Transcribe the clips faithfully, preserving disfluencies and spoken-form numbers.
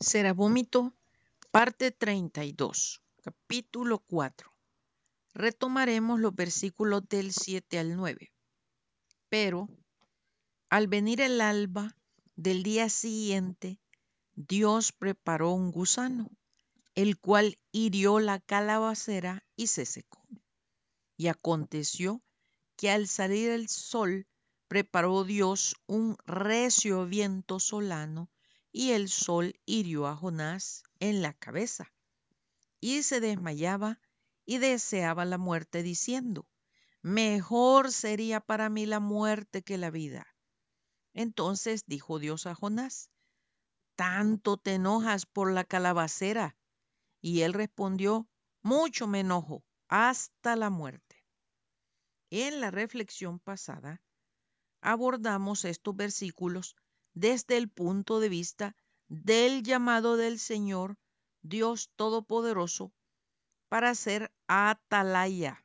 Será vómito, parte treinta y dos, capítulo cuatro. Retomaremos los versículos del siete al nueve. Pero, al venir el alba del día siguiente, Dios preparó un gusano, el cual hirió la calabacera y se secó. Y aconteció que al salir el sol, preparó Dios un recio viento solano, y el sol hirió a Jonás en la cabeza, y se desmayaba y deseaba la muerte, diciendo: mejor sería para mí la muerte que la vida. Entonces dijo Dios a Jonás: ¿tanto te enojas por la calabacera? Y él respondió: mucho me enojo, hasta la muerte. En la reflexión pasada abordamos estos versículos desde el punto de vista del llamado del Señor Dios Todopoderoso para ser atalaya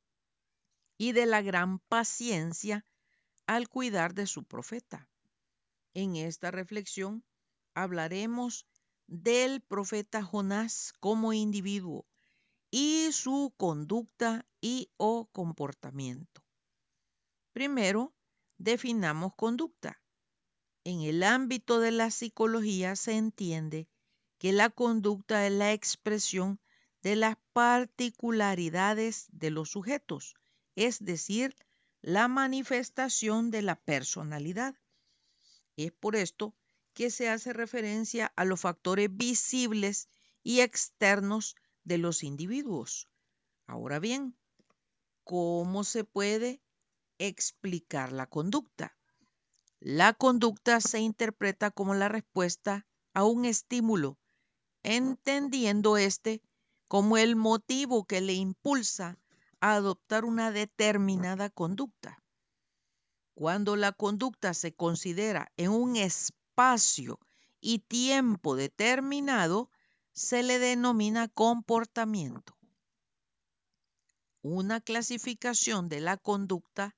y de la gran paciencia al cuidar de su profeta. En esta reflexión hablaremos del profeta Jonás como individuo y su conducta y o comportamiento. Primero, definamos conducta. En el ámbito de la psicología se entiende que la conducta es la expresión de las particularidades de los sujetos, es decir, la manifestación de la personalidad. Es por esto que se hace referencia a los factores visibles y externos de los individuos. Ahora bien, ¿cómo se puede explicar la conducta? La conducta se interpreta como la respuesta a un estímulo, entendiendo este como el motivo que le impulsa a adoptar una determinada conducta. Cuando la conducta se considera en un espacio y tiempo determinado, se le denomina comportamiento. Una clasificación de la conducta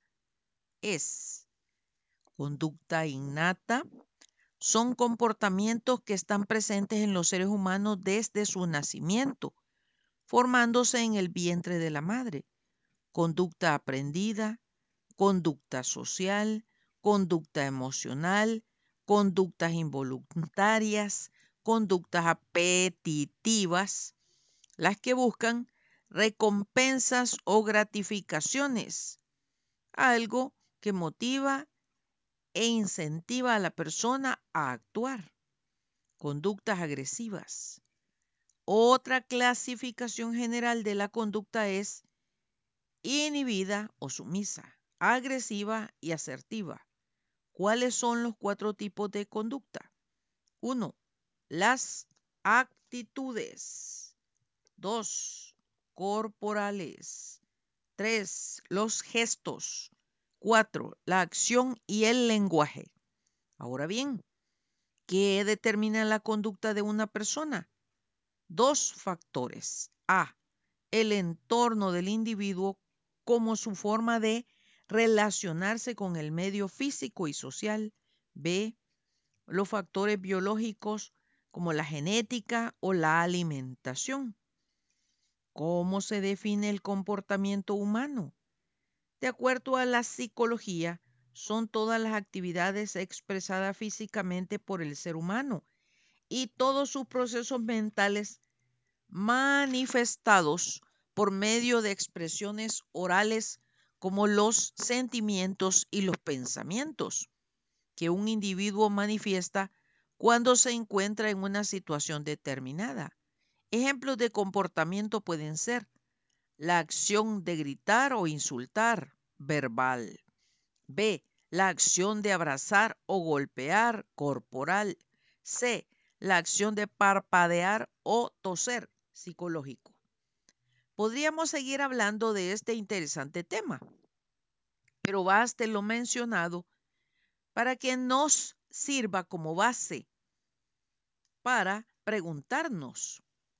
es conducta innata. Son comportamientos que están presentes en los seres humanos desde su nacimiento, formándose en el vientre de la madre. Conducta aprendida, conducta social, conducta emocional, conductas involuntarias, conductas apetitivas, las que buscan recompensas o gratificaciones, algo que motiva e incentiva a la persona a actuar. Conductas agresivas. Otra clasificación general de la conducta es inhibida o sumisa, agresiva y asertiva. ¿Cuáles son los cuatro tipos de conducta? Uno, las actitudes. Dos, corporales. Tres, los gestos. Cuatro, la acción y el lenguaje. Ahora bien, ¿qué determina la conducta de una persona? Dos factores. A, el entorno del individuo como su forma de relacionarse con el medio físico y social. B, los factores biológicos como la genética o la alimentación. ¿Cómo se define el comportamiento humano? De acuerdo a la psicología, son todas las actividades expresadas físicamente por el ser humano y todos sus procesos mentales manifestados por medio de expresiones orales como los sentimientos y los pensamientos que un individuo manifiesta cuando se encuentra en una situación determinada. Ejemplos de comportamiento pueden ser la acción de gritar o insultar, verbal. B, la acción de abrazar o golpear, corporal. C, la acción de parpadear o toser, psicológico. Podríamos seguir hablando de este interesante tema, pero baste lo mencionado para que nos sirva como base para preguntarnos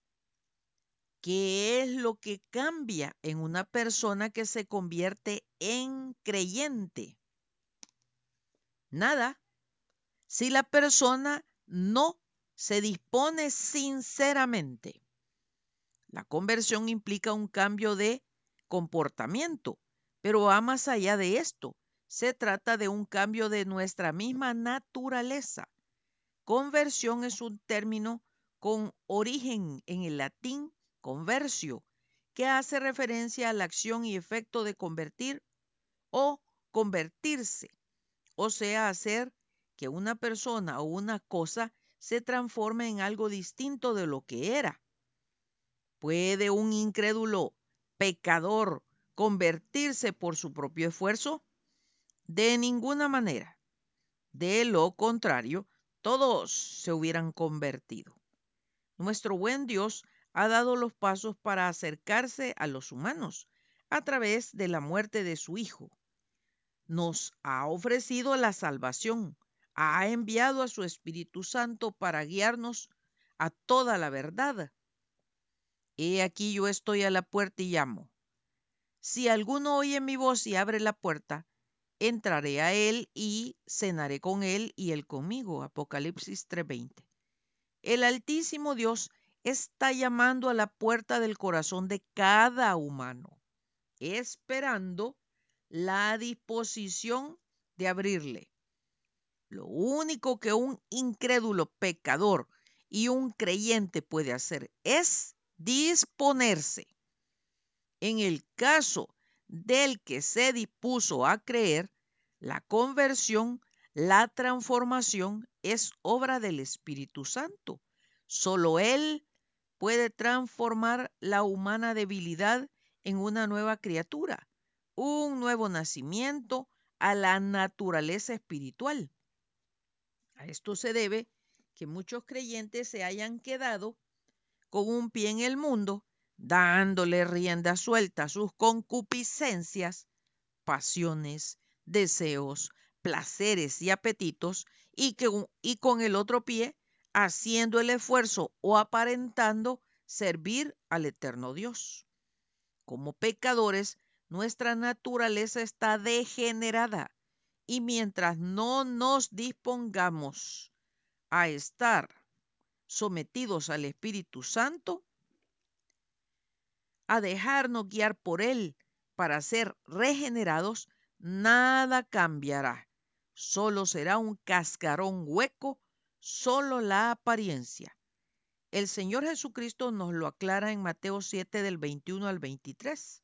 qué es lo que cambia en una persona que se convierte en creyente. Nada. Si la persona no se dispone sinceramente. La conversión implica un cambio de comportamiento, pero va más allá de esto. Se trata de un cambio de nuestra misma naturaleza. Conversión es un término con origen en el latín conversio, que hace referencia a la acción y efecto de convertir o convertirse, o sea, hacer que una persona o una cosa se transforme en algo distinto de lo que era. ¿Puede un incrédulo pecador convertirse por su propio esfuerzo? De ninguna manera. De lo contrario, todos se hubieran convertido. Nuestro buen Dios ha dado los pasos para acercarse a los humanos a través de la muerte de su Hijo. Nos ha ofrecido la salvación, ha enviado a su Espíritu Santo para guiarnos a toda la verdad. He aquí yo estoy a la puerta y llamo. Si alguno oye mi voz y abre la puerta, entraré a él y cenaré con él y él conmigo. Apocalipsis tres veinte. El Altísimo Dios está llamando a la puerta del corazón de cada humano, esperando la disposición de abrirle. Lo único que un incrédulo pecador y un creyente puede hacer es disponerse. En el caso del que se dispuso a creer, la conversión, la transformación es obra del Espíritu Santo. Solo Él puede transformar la humana debilidad en una nueva criatura, un nuevo nacimiento a la naturaleza espiritual. A esto se debe que muchos creyentes se hayan quedado con un pie en el mundo, dándole rienda suelta a sus concupiscencias, pasiones, deseos, placeres y apetitos, y, que, y con el otro pie haciendo el esfuerzo o aparentando servir al eterno Dios. Como pecadores, nuestra naturaleza está degenerada y mientras no nos dispongamos a estar sometidos al Espíritu Santo, a dejarnos guiar por Él para ser regenerados, nada cambiará. Solo será un cascarón hueco, solo la apariencia. El Señor Jesucristo nos lo aclara en Mateo siete del veintiuno al veintitrés.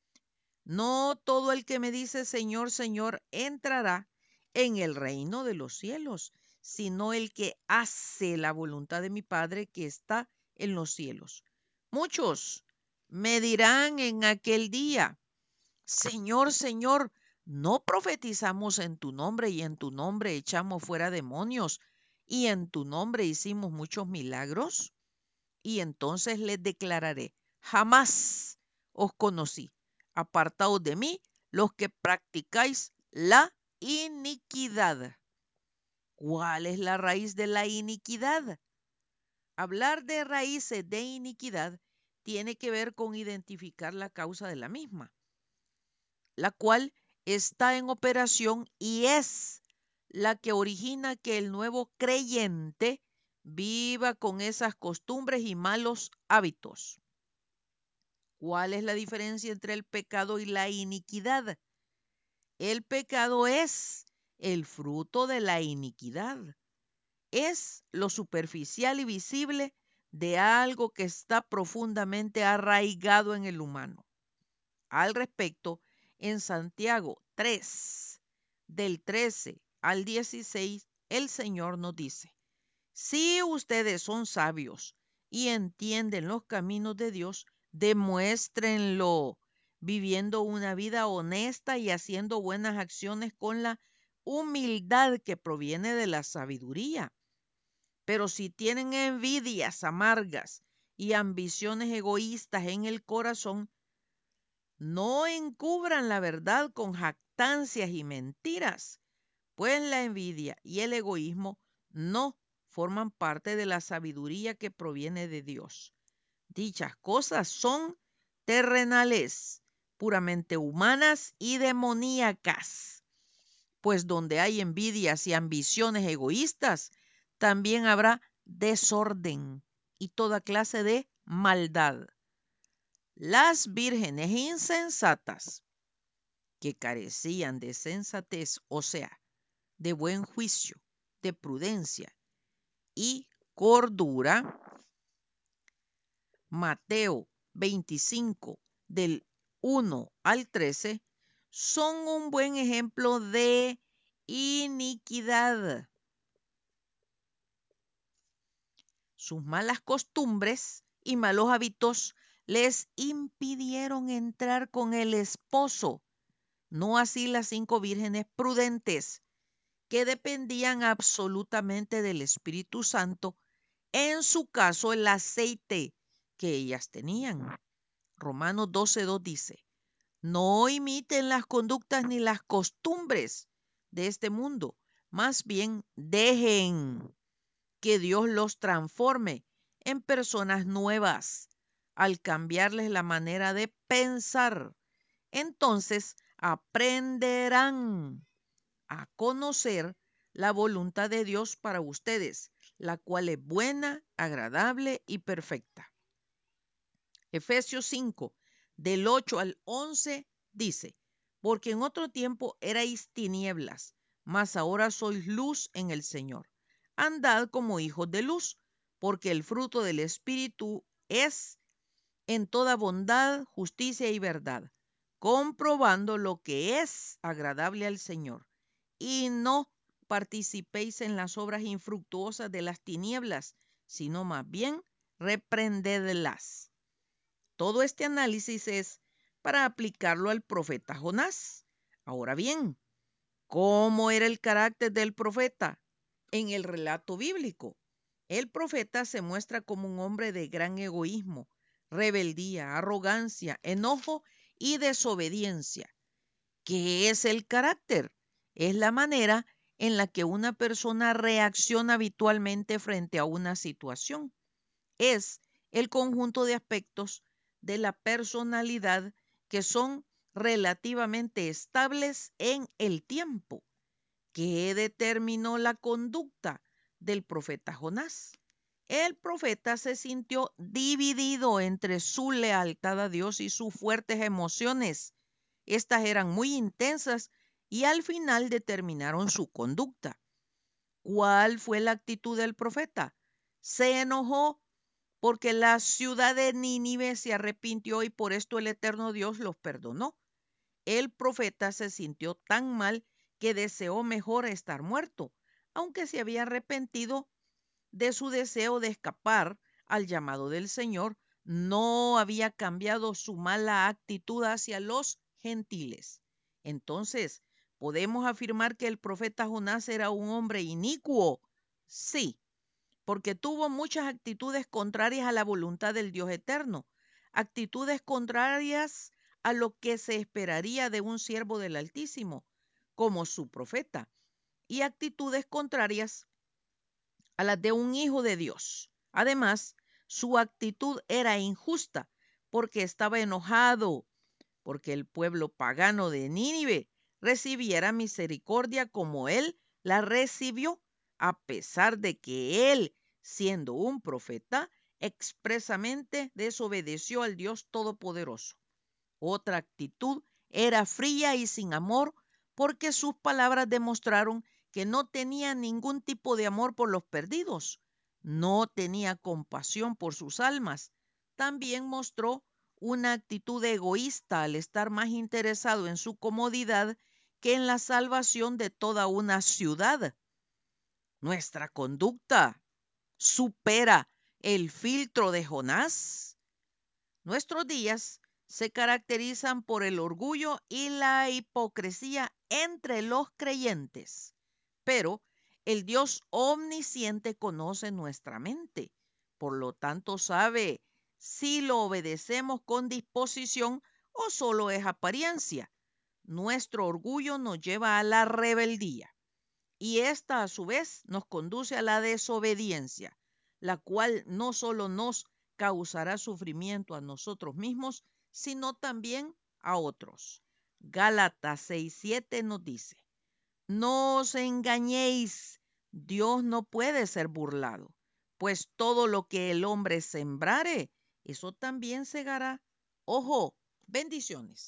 No todo el que me dice Señor, Señor entrará en el reino de los cielos, sino el que hace la voluntad de mi Padre que está en los cielos. Muchos me dirán en aquel día, Señor, Señor, ¿no profetizamos en tu nombre y en tu nombre echamos fuera demonios y en tu nombre hicimos muchos milagros? Y entonces les declararé, jamás os conocí, apartaos de mí los que practicáis la iniquidad. ¿Cuál es la raíz de la iniquidad? Hablar de raíces de iniquidad tiene que ver con identificar la causa de la misma, la cual está en operación y es la que origina que el nuevo creyente viva con esas costumbres y malos hábitos. ¿Cuál es la diferencia entre el pecado y la iniquidad? El pecado es el fruto de la iniquidad. Es lo superficial y visible de algo que está profundamente arraigado en el humano. Al respecto, en Santiago tres, del trece al dieciséis, el Señor nos dice, si ustedes son sabios y entienden los caminos de Dios, demuéstrenlo viviendo una vida honesta y haciendo buenas acciones con la humildad que proviene de la sabiduría. Pero si tienen envidias amargas y ambiciones egoístas en el corazón, no encubran la verdad con jactancias y mentiras, pues la envidia y el egoísmo no forman parte de la sabiduría que proviene de Dios. Dichas cosas son terrenales, puramente humanas y demoníacas, pues donde hay envidias y ambiciones egoístas, también habrá desorden y toda clase de maldad. Las vírgenes insensatas que carecían de sensatez, o sea, de buen juicio, de prudencia y cordura. Mateo veinticinco, del uno al trece, son un buen ejemplo de iniquidad. Sus malas costumbres y malos hábitos les impidieron entrar con el esposo, no así las cinco vírgenes prudentes que dependían absolutamente del Espíritu Santo, en su caso el aceite que ellas tenían. Romanos doce dos dice, no imiten las conductas ni las costumbres de este mundo, más bien dejen que Dios los transforme en personas nuevas al cambiarles la manera de pensar. Entonces aprenderán a conocer la voluntad de Dios para ustedes, la cual es buena, agradable y perfecta. Efesios cinco, del ocho al once, dice, porque en otro tiempo erais tinieblas, mas ahora sois luz en el Señor. Andad como hijos de luz, porque el fruto del Espíritu es en toda bondad, justicia y verdad, comprobando lo que es agradable al Señor. Y no participéis en las obras infructuosas de las tinieblas, sino más bien reprendedlas. Todo este análisis es para aplicarlo al profeta Jonás. Ahora bien, ¿cómo era el carácter del profeta en el relato bíblico? El profeta se muestra como un hombre de gran egoísmo, rebeldía, arrogancia, enojo y desobediencia. ¿Qué es el carácter? Es la manera en la que una persona reacciona habitualmente frente a una situación. Es el conjunto de aspectos de la personalidad que son relativamente estables en el tiempo. ¿Qué determinó la conducta del profeta Jonás? El profeta se sintió dividido entre su lealtad a Dios y sus fuertes emociones. Estas eran muy intensas y al final determinaron su conducta. ¿Cuál fue la actitud del profeta? Se enojó porque la ciudad de Nínive se arrepintió y por esto el eterno Dios los perdonó. El profeta se sintió tan mal que deseó mejor estar muerto, aunque se había arrepentido de su deseo de escapar al llamado del Señor, no había cambiado su mala actitud hacia los gentiles. Entonces, ¿podemos afirmar que el profeta Jonás era un hombre inicuo? Sí, porque tuvo muchas actitudes contrarias a la voluntad del Dios eterno, actitudes contrarias a lo que se esperaría de un siervo del Altísimo, como su profeta, y actitudes contrarias a las de un hijo de Dios. Además, su actitud era injusta porque estaba enojado porque el pueblo pagano de Nínive recibiera misericordia como él la recibió, a pesar de que él, siendo un profeta, expresamente desobedeció al Dios Todopoderoso. Otra actitud era fría y sin amor porque sus palabras demostraron que no tenía ningún tipo de amor por los perdidos, no tenía compasión por sus almas. También mostró una actitud egoísta al estar más interesado en su comodidad que en la salvación de toda una ciudad. Nuestra conducta supera el filtro de Jonás. Nuestros días se caracterizan por el orgullo y la hipocresía entre los creyentes, pero el Dios omnisciente conoce nuestra mente, por lo tanto sabe si lo obedecemos con disposición o solo es apariencia. Nuestro orgullo nos lleva a la rebeldía y esta a su vez nos conduce a la desobediencia, la cual no solo nos causará sufrimiento a nosotros mismos, sino también a otros. Gálatas seis siete nos dice, no os engañéis, Dios no puede ser burlado, pues todo lo que el hombre sembrare, eso también segará. Ojo, bendiciones.